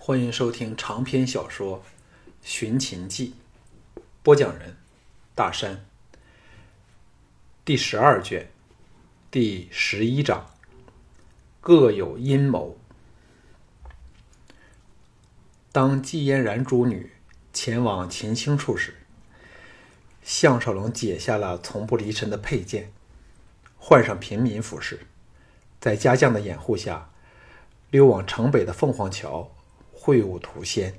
欢迎收听长篇小说《寻秦记》，播讲人大山。第12卷第11章，各有阴谋。当季嫣然诸女前往秦青处时，项少龙解下了从不离身的佩剑，换上平民服饰，在家将的掩护下溜往城北的凤凰桥会晤屠仙。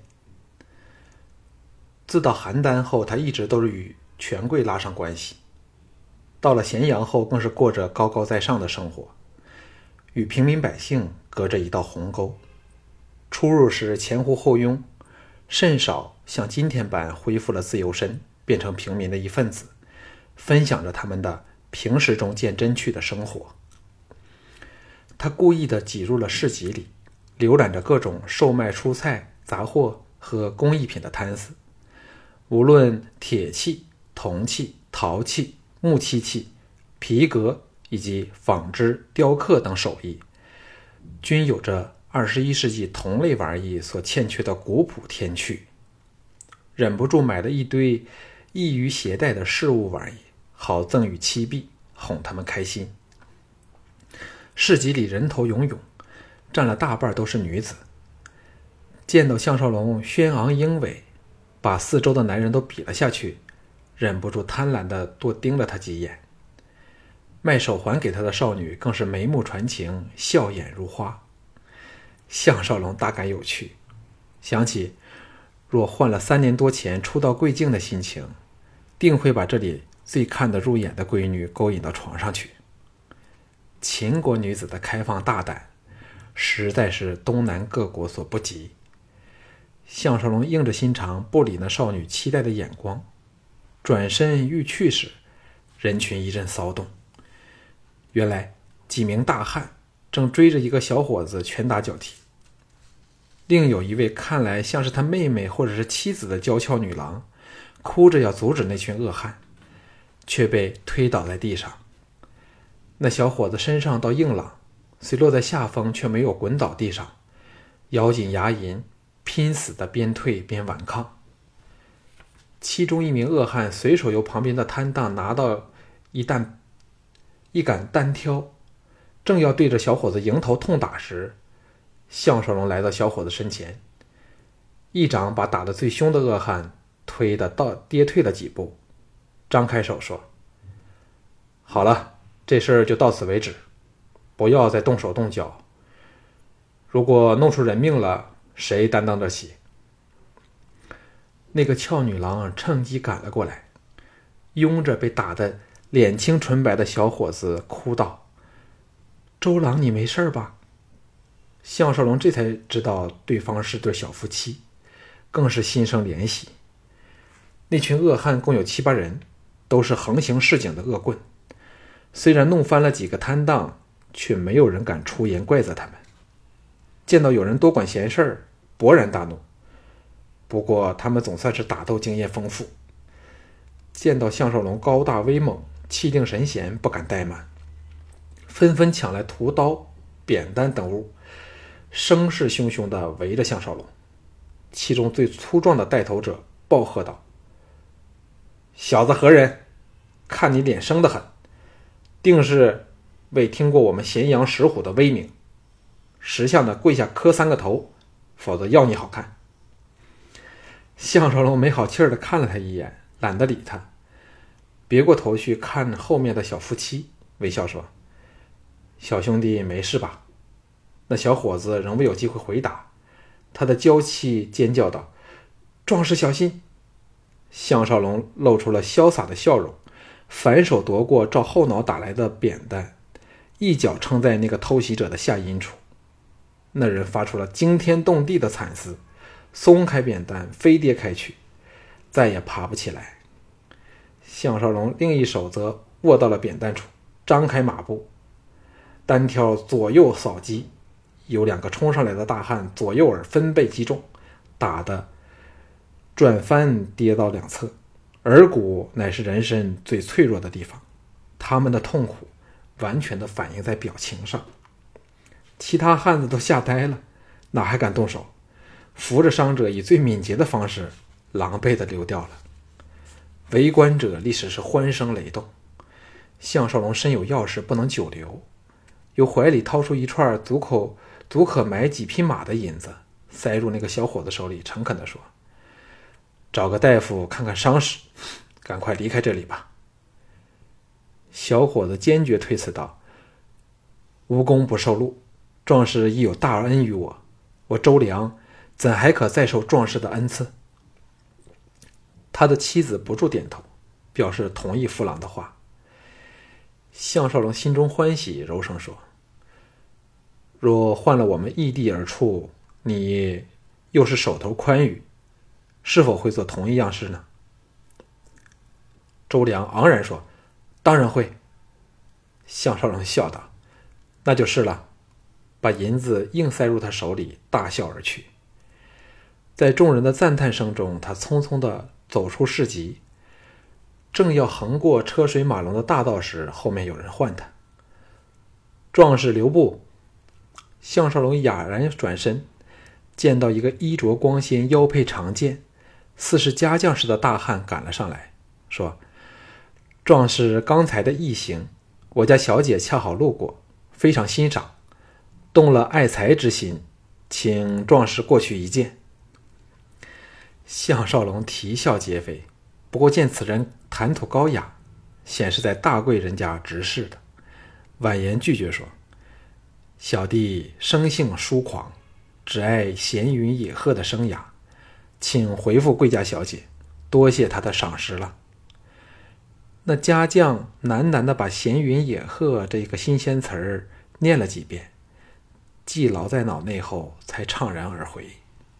自到邯郸后，他一直都是与权贵拉上关系，到了咸阳后更是过着高高在上的生活，与平民百姓隔着一道鸿沟。出入时前呼后拥，甚少像今天般恢复了自由身，变成平民的一份子，分享着他们的平时中见真趣的生活。他故意地挤入了市集里，浏览着各种售卖蔬菜、杂货和工艺品的摊子，无论铁器、铜器、陶器、木漆器、皮革以及纺织、雕刻等手艺，均有着21世纪同类玩意所欠缺的古朴天趣。忍不住买了一堆易于携带的饰物玩意，好赠与妻婢，哄他们开心。市集里人头涌涌，占了大半都是女子。见到项少龙轩昂英伟，把四周的男人都比了下去，忍不住贪婪地多盯了他几眼。卖手环给他的少女更是眉目传情，笑眼如花。项少龙大感有趣，想起若换了3年多前初到贵境的心情，定会把这里最看得入眼的闺女勾引到床上去。秦国女子的开放大胆，实在是东南各国所不及。项少龙硬着心肠不理那少女期待的眼光，转身欲去时，人群一阵骚动。原来几名大汉正追着一个小伙子拳打脚踢，另有一位看来像是他妹妹或者是妻子的娇俏女郎，哭着要阻止那群恶汉，却被推倒在地上。那小伙子身上倒硬朗，虽落在下风却没有滚倒地上，咬紧牙龈，拼死的边退边顽抗。其中一名恶汉随手由旁边的摊档拿到一杆单挑，正要对着小伙子迎头痛打时，项少龙来到小伙子身前，一掌把打得最凶的恶汉推得跌退了几步，张开手说：好了，这事儿就到此为止，不要再动手动脚，如果弄出人命了，谁担当得起？那个俏女郎趁机赶了过来，拥着被打得脸青唇白的小伙子哭道：周郎，你没事吧？项少龙这才知道对方是对小夫妻，更是心生怜惜。那群恶汉共有7、8人，都是横行市井的恶棍，虽然弄翻了几个摊档，却没有人敢出言怪责他们。见到有人多管闲事，勃然大怒。不过他们总算是打斗经验丰富，见到项少龙高大威猛，气定神闲，不敢怠慢，纷纷抢来屠刀、扁担等物，声势汹汹地围着项少龙。其中最粗壮的带头者暴喝道：小子何人？看你脸生得很，定是未听过我们咸阳石虎的威名，识相的跪下磕3个头，否则要你好看。项少龙没好气地看了他一眼，懒得理他，别过头去看后面的小夫妻，微笑说：小兄弟没事吧？那小伙子仍未有机会回答，他的娇气尖叫道：壮士小心！项少龙露出了潇洒的笑容，反手夺过照后脑打来的扁担，一脚撑在那个偷袭者的下阴处。那人发出了惊天动地的惨嘶，松开扁担飞跌开去，再也爬不起来。项少龙另一手则握到了扁担处，张开马步，单挑左右扫击，有2个冲上来的大汉左右耳分被击中，打得转翻跌到两侧。耳骨乃是人身最脆弱的地方，他们的痛苦完全的反映在表情上。其他汉子都吓呆了，哪还敢动手？ 扶着伤者以最敏捷的方式狼狈地流掉了。围观者立时是欢声雷动。项少龙身有要事不能久留，由怀里掏出一串足可买几匹马的银子，塞入那个小伙子手里，诚恳地说：“找个大夫看看伤势，赶快离开这里吧。”小伙子坚决推辞道：“无功不受禄，壮士亦有大恩于我，我周良怎还可再受壮士的恩赐？”他的妻子不住点头，表示同意父郎的话。项少龙心中欢喜，柔声说：“若换了我们异地而处，你又是手头宽裕，是否会做同一样事呢？”周良昂然说：“当然会。”项少龙笑道：“那就是了。”把银子硬塞入他手里，大笑而去。在众人的赞叹声中，他匆匆地走出市集，正要横过车水马龙的大道时，后面有人唤他：“壮士留步！”项少龙哑然转身，见到一个衣着光鲜、腰佩长剑、似是家将似的大汉赶了上来，说：“壮士刚才的义行，我家小姐恰好路过，非常欣赏，动了爱才之心，请壮士过去一见。”项少龙啼笑皆非，不过见此人谈吐高雅，显是在大贵人家执事的，婉言拒绝说：“小弟生性疏狂，只爱闲云野鹤的生涯，请回复贵家小姐，多谢她的赏识了。”那家将喃喃地把闲云野鹤这个新鲜词儿念了几遍，记牢在脑内后，才怅然而回。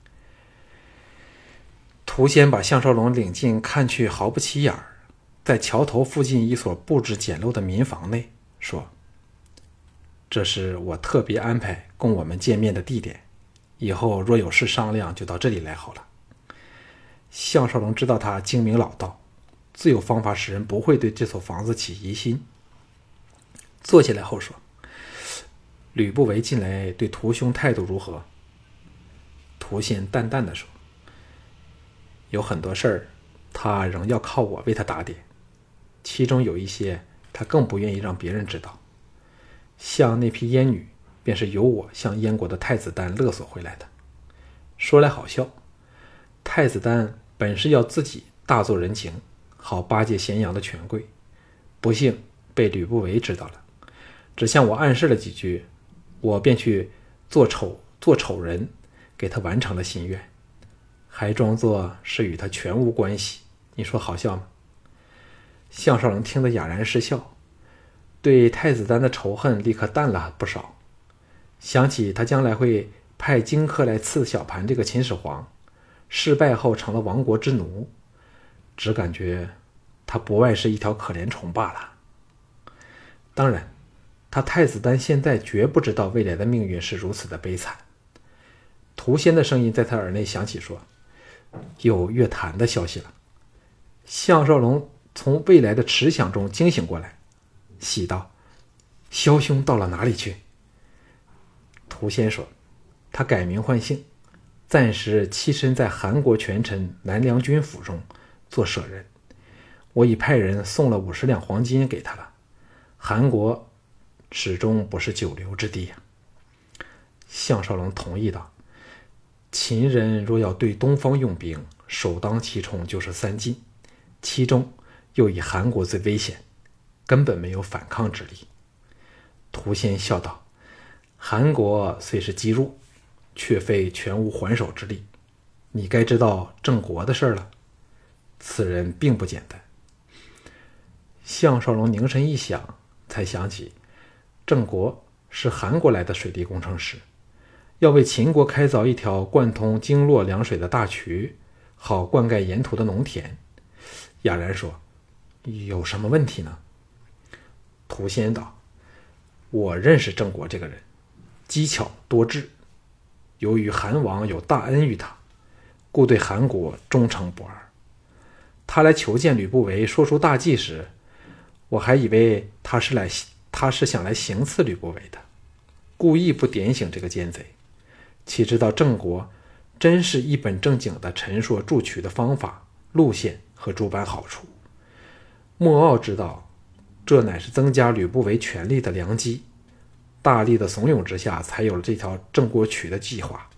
涂仙把项少龙领进看去毫不起眼儿，在桥头附近一所布置简陋的民房内，说：“这是我特别安排供我们见面的地点，以后若有事商量，就到这里来好了。”项少龙知道他精明老道，自有方法使人不会对这所房子起疑心。坐起来后说：“吕不韦近来对屠兄态度如何？”涂仙淡淡地说：“有很多事儿，他仍要靠我为他打点，其中有一些他更不愿意让别人知道。像那批阉女，便是由我向燕国的太子丹勒索回来的。说来好笑，太子丹本是要自己大做人情，好巴结咸阳的权贵，不幸被吕不韦知道了，只向我暗示了几句，我便去做丑人，给他完成了心愿，还装作是与他全无关系，你说好笑吗？”项少龙听得哑然失笑，对太子丹的仇恨立刻淡了不少，想起他将来会派荆轲来刺小盘这个秦始皇，失败后成了亡国之奴，只感觉他不外是一条可怜虫罢了。当然，他太子丹现在绝不知道未来的命运是如此的悲惨。涂仙的声音在他耳内响起，说：“有乐坛的消息了。”项少龙从未来的迟想中惊醒过来，喜道：“萧兄到了哪里去？”涂仙说：“他改名换姓，暂时栖身在韩国权臣南梁军府中做舍人，我已派人送了50两黄金给他了。韩国始终不是久留之地呀。”项少龙同意道：“秦人若要对东方用兵，首当其冲就是3晋，其中又以韩国最危险，根本没有反抗之力。”涂仙笑道：“韩国虽是积弱，却非全无还手之力。你该知道郑国的事了，此人并不简单。”项少龙凝神一想，才想起郑国是韩国来的水利工程师，要为秦国开凿一条贯通经络凉水的大渠，好灌溉沿途的农田。哑然说：“有什么问题呢？”涂仙道：“我认识郑国这个人，机巧多智，由于韩王有大恩于他，故对韩国忠诚不二。他来求见吕不韦，说出大计时，我还以为他是想来行刺吕不韦的，故意不点醒这个奸贼。岂知道郑国真是一本正经的陈说助曲的方法、路线和诸般好处。莫骜知道，这乃是增加吕不韦权力的良机，大力的怂恿之下，才有了这条郑国曲的计划。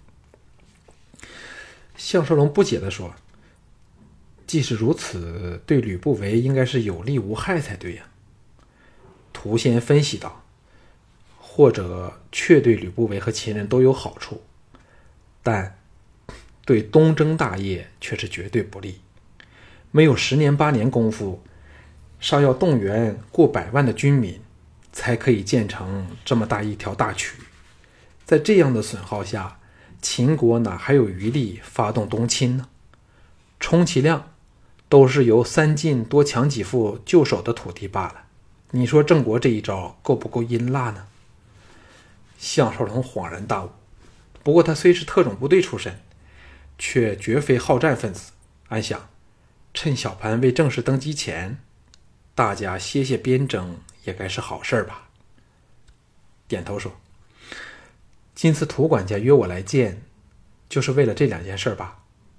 项少龙不解地说：“既是如此，对吕不韦应该是有利无害才对呀。”涂先分析道：“或者确对吕不韦和秦人都有好处，但对东征大业却是绝对不利。没有10年8年功夫，尚要动员过100万的军民，才可以建成这么大一条大渠。在这样的损耗下，秦国哪还有余力发动东侵呢？充其量都是由3晋多抢几幅旧手的土地罢了。你说郑国这一招够不够阴辣呢？”项少龙恍然大悟，不过他虽是特种部队出身，却绝非好战分子，暗想趁小盘未正式登基前，大家歇歇边征也该是好事吧。点头说：“今次涂管家约我来见，就是为了这2件事吧？”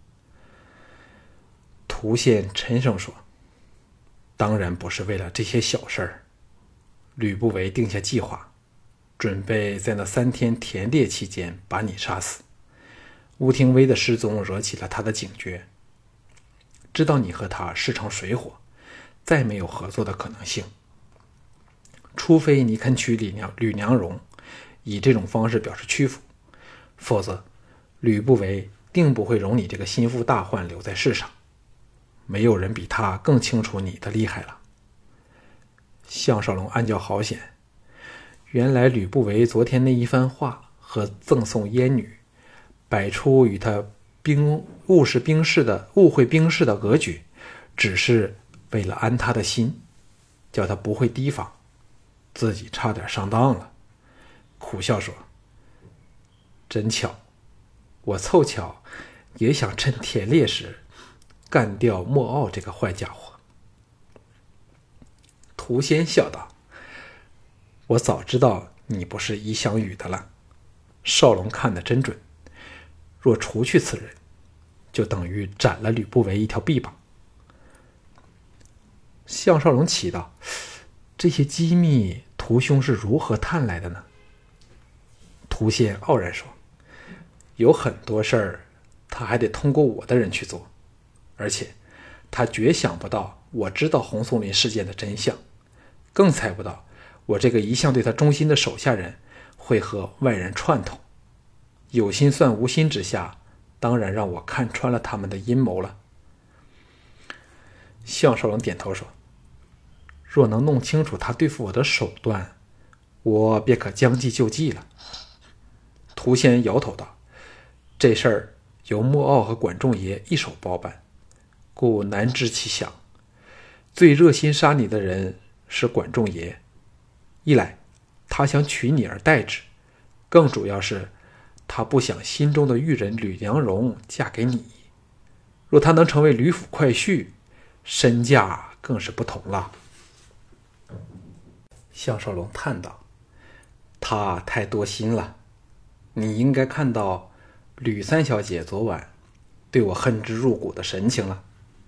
涂县沉声说：“当然不是为了这些小事儿。吕不韦定下计划，准备在那3天田猎期间把你杀死。乌廷威的失踪惹起了他的警觉，知道你和他势成水火，再没有合作的可能性。除非你肯娶吕娘荣，以这种方式表示屈服，否则吕不韦定不会容你这个心腹大患留在世上。没有人比他更清楚你的厉害了。”项少龙暗叫好险，原来吕不韦昨天那一番话和赠送阉女，摆出与他误会兵士的格局，只是为了安他的心，叫他不会提防，自己差点上当了。苦笑说：“真巧，我凑巧也想趁田猎时干掉莫骜这个坏家伙。”涂先笑道：“我早知道你不是一相羽的了。少龙看得真准，若除去此人，就等于斩了吕不韦一条臂膀。”项少龙奇道：“这些机密，涂兄是如何探来的呢？”涂先傲然说：“有很多事儿，他还得通过我的人去做，而且他绝想不到我知道洪松林事件的真相，更猜不到我这个一向对他忠心的手下人会和外人串通。有心算无心之下，当然让我看穿了他们的阴谋了。”项少龙点头说：“若能弄清楚他对付我的手段，我便可将计就计了。”涂先摇头道：“这事儿由莫骜和管仲爷一手包办，故难知其详。最热心杀你的人是管仲爷，一来他想取你而代之，更主要是他不想心中的玉人吕娘荣嫁给你。若他能成为吕府快婿，身价更是不同了。”项少龙叹道：“他太多心了，你应该看到吕三小姐昨晚对我恨之入骨的神情了。”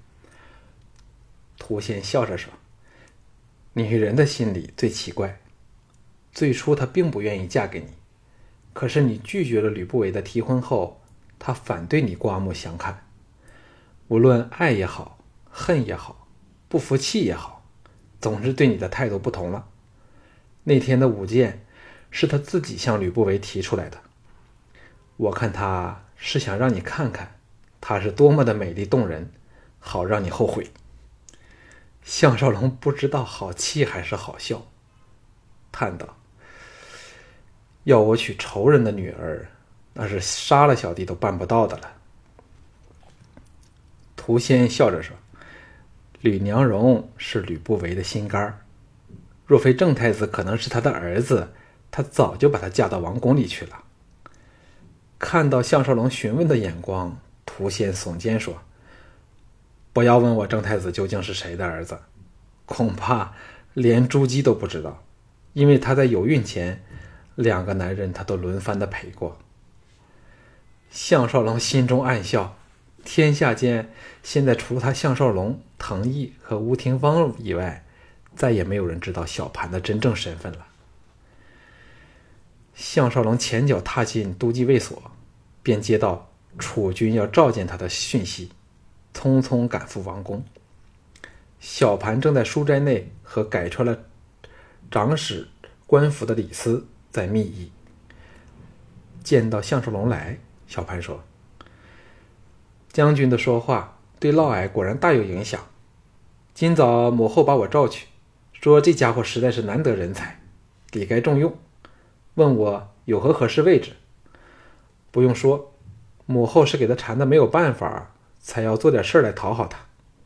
涂先笑着说：“女人的心理最奇怪，最初她并不愿意嫁给你，可是你拒绝了吕不韦的提婚后，她反对你刮目相看。无论爱也好，恨也好，不服气也好，总之对你的态度不同了。那天的舞剑是她自己向吕不韦提出来的，我看她是想让你看看她是多么的美丽动人，好让你后悔。”项少龙不知道好气还是好笑，叹道：“要我娶仇人的女儿，那是杀了小弟都办不到的了。”涂先笑着说：“吕娘荣是吕不韦的心肝，若非郑太子可能是他的儿子，他早就把他嫁到王宫里去了。”看到项少龙询问的眼光，涂先耸肩说：“不要问我郑太子究竟是谁的儿子，恐怕连朱姬都不知道，因为他在有孕前2个男人他都轮番的陪过。” 项少龙心中暗笑，天下间现在除了他项少龙、滕毅和吴廷芳以外，再也没有人知道小盘的真正身份了。项少龙前脚踏进都记卫所，便接到楚军要召见他的讯息，匆匆赶赴王宫。小盘正在书斋内和改穿了长史官服的李斯在密议。见到项少龙来，小盘说：“将军的说话对嫪毐果然大有影响。今早母后把我召去，说这家伙实在是难得人才，理该重用，问我有何合适位置。不用说，母后是给他缠的没有办法，才要做点事来讨好他。”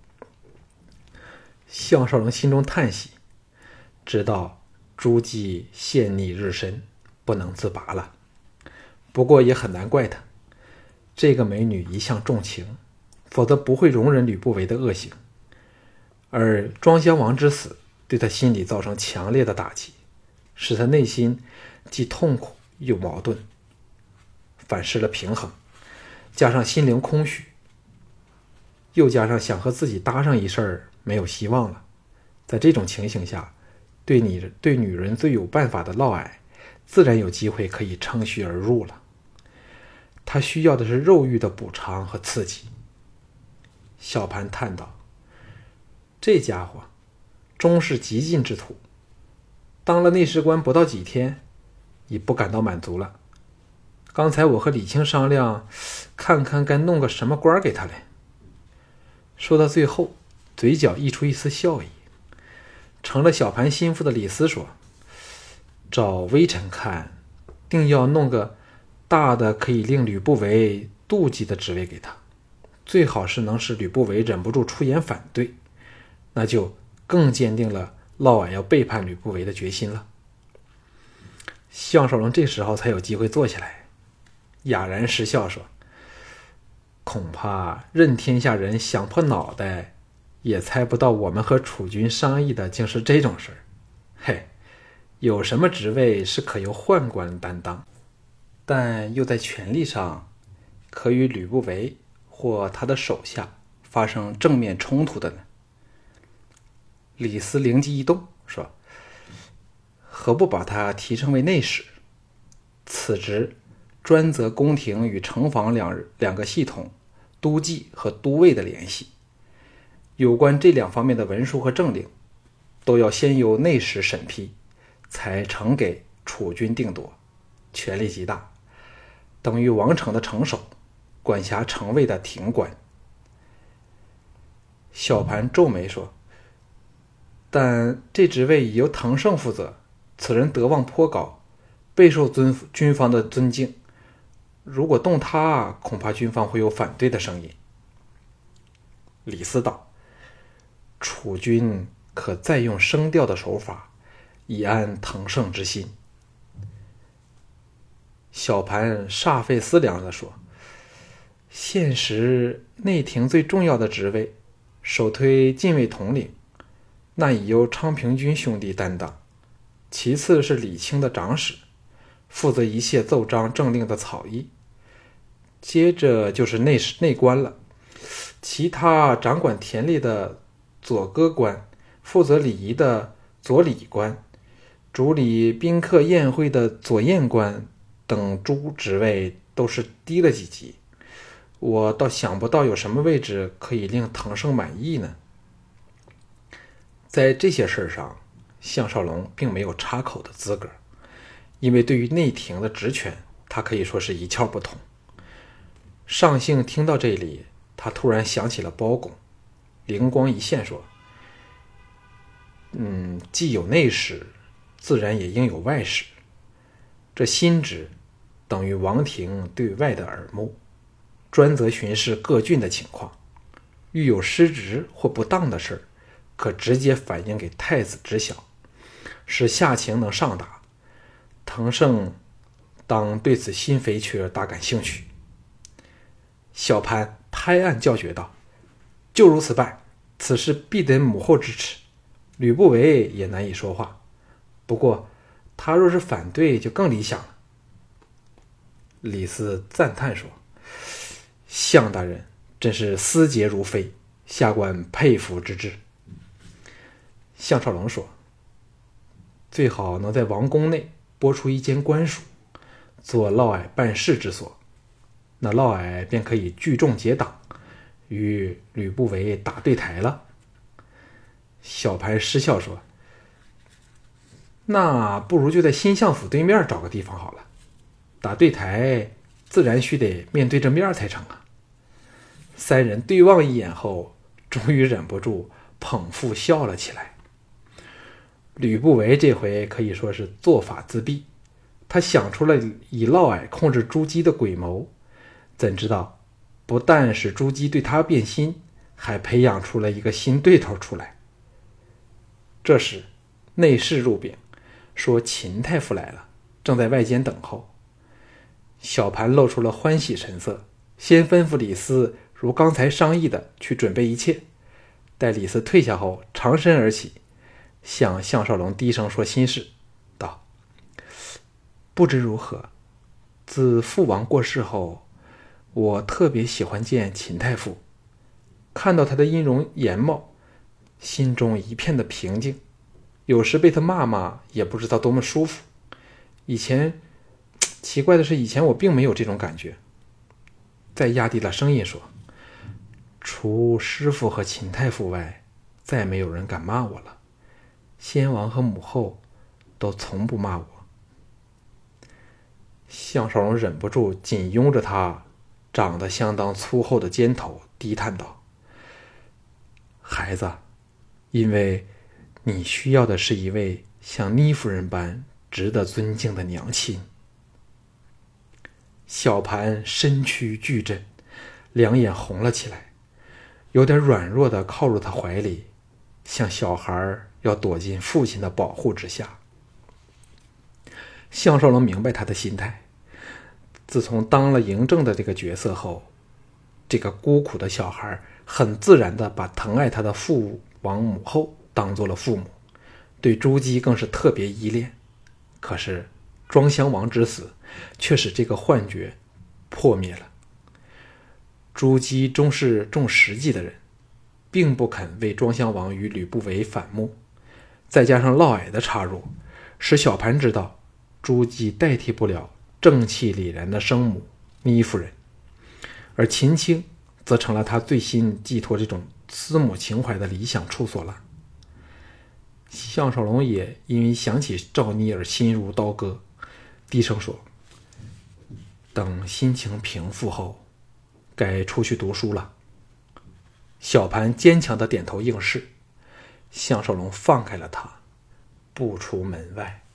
项少龙心中叹息，知道朱姬陷溺日深，不能自拔了。不过也很难怪他，这个美女一向重情，否则不会容忍吕不韦的恶行。而庄襄王之死对他心里造成强烈的打击，使他内心既痛苦又矛盾，反失了平衡，加上心灵空虚，又加上想和自己搭上一事儿没有希望了。在这种情形下，对女人最有办法的嫪毐自然有机会可以乘虚而入了。他需要的是肉欲的补偿和刺激。小盘叹道：“这家伙终是极尽之徒，当了内侍官不到几天，已不感到满足了。刚才我和李清商量，看看该弄个什么官给他来。”说到最后，嘴角溢出一丝笑意。成了小盘心腹的李斯说：“照微臣看，定要弄个大的可以令吕不韦妒忌的职位给他，最好是能使吕不韦忍不住出言反对，那就更坚定了嫪毐要背叛吕不韦的决心了。”项少龙这时候才有机会坐起来，哑然失笑说：“恐怕任天下人想破脑袋也猜不到我们和楚军商议的竟是这种事儿。嘿，有什么职位是可由宦官担当，但又在权力上可与吕不韦或他的手下发生正面冲突的呢？”李斯灵机一动说：“何不把他提升为内史？此职专责宫廷与城防两个系统，都记和都尉的联系。有关这两方面的文书和政令，都要先由内史审批，才呈给楚军定夺，权力极大，等于王城的城守，管辖城卫的庭官。”小盘皱眉说：“但这职位已由滕胜负责，此人德望颇高，备受军方的尊敬。如果动他，恐怕军方会有反对的声音。”李斯道：“楚军可再用升调的手法，以安滕胜之心。”小盘煞费思量地说：“现时内廷最重要的职位，首推禁卫统领，那已由昌平君兄弟担当，其次是李清的长史，负责一切奏章政令的草议，接着就是内官了。其他掌管田吏的左戈官，负责礼仪的左礼官，主理宾客宴会的左宴官等诸职位都是低了几级。我倒想不到有什么位置可以令滕胜满意呢。”在这些事上，项少龙并没有插口的资格，因为对于内廷的职权，他可以说是一窍不通。上幸听到这里，他突然想起了包公，灵光一现说：“既有内史，自然也应有外史。这新职等于王庭对外的耳目，专责巡视各郡的情况，遇有失职或不当的事，可直接反映给太子知晓，使下情能上达。滕胜当对此新肥缺大感兴趣。”小盘拍案叫绝道：“就如此办，此事必得母后支持，吕不韦也难以说话。不过他若是反对，就更理想了。”李斯赞叹说：“ 项大人真是思洁如飞，下官佩服之至。项少龙说：最好能在王宫内拨出一间官署，做嫪毐办事之所，那嫪毐便可以聚众结党，与吕不韦打对台了。小盘失笑说：那不如就在新相府对面找个地方好了，打对台自然须得面对着面才成啊。三人对望一眼后，终于忍不住捧腹笑了起来。吕不韦这回可以说是做法自毙，他想出了以嫪毐控制朱姬的诡谋，怎知道不但使朱姬对他变心，还培养出了一个新对头出来。这时内侍入禀说秦太傅来了，正在外间等候。小盘露出了欢喜神色，先吩咐李斯如刚才商议的去准备一切。待李斯退下后，长身而起，向项少龙低声说心事，道：不知如何，自父王过世后，我特别喜欢见秦太傅，看到他的音容颜貌，心中一片的平静，有时被他骂骂也不知道多么舒服。奇怪的是，以前我并没有这种感觉。再压低了声音说：除师父和秦太傅外，再没有人敢骂我了，先王和母后都从不骂我。项少龙忍不住紧拥着他长得相当粗厚的肩头，低叹道：孩子，因为你需要的是一位像倪夫人般值得尊敬的娘亲。小盘身躯巨震，两眼红了起来，有点软弱地靠入他怀里，像小孩要躲进父亲的保护之下。项少龙明白他的心态，自从当了嬴政的这个角色后，这个孤苦的小孩很自然地把疼爱他的父王母后当做了父母，对朱姬更是特别依恋。可是庄襄王之死却使这个幻觉破灭了。朱姬终是重实际的人，并不肯为庄襄王与吕不韦反目，再加上嫪毐的插入，使小盘知道朱姬代替不了正气凛然的生母倪夫人，而秦青则成了他最新寄托这种思母情怀的理想处所了。项少龙也因为想起赵妮而心如刀割，低声说：等心情平复后，该出去读书了。小盘坚强地点头应是，项少龙放开了他，步出门外。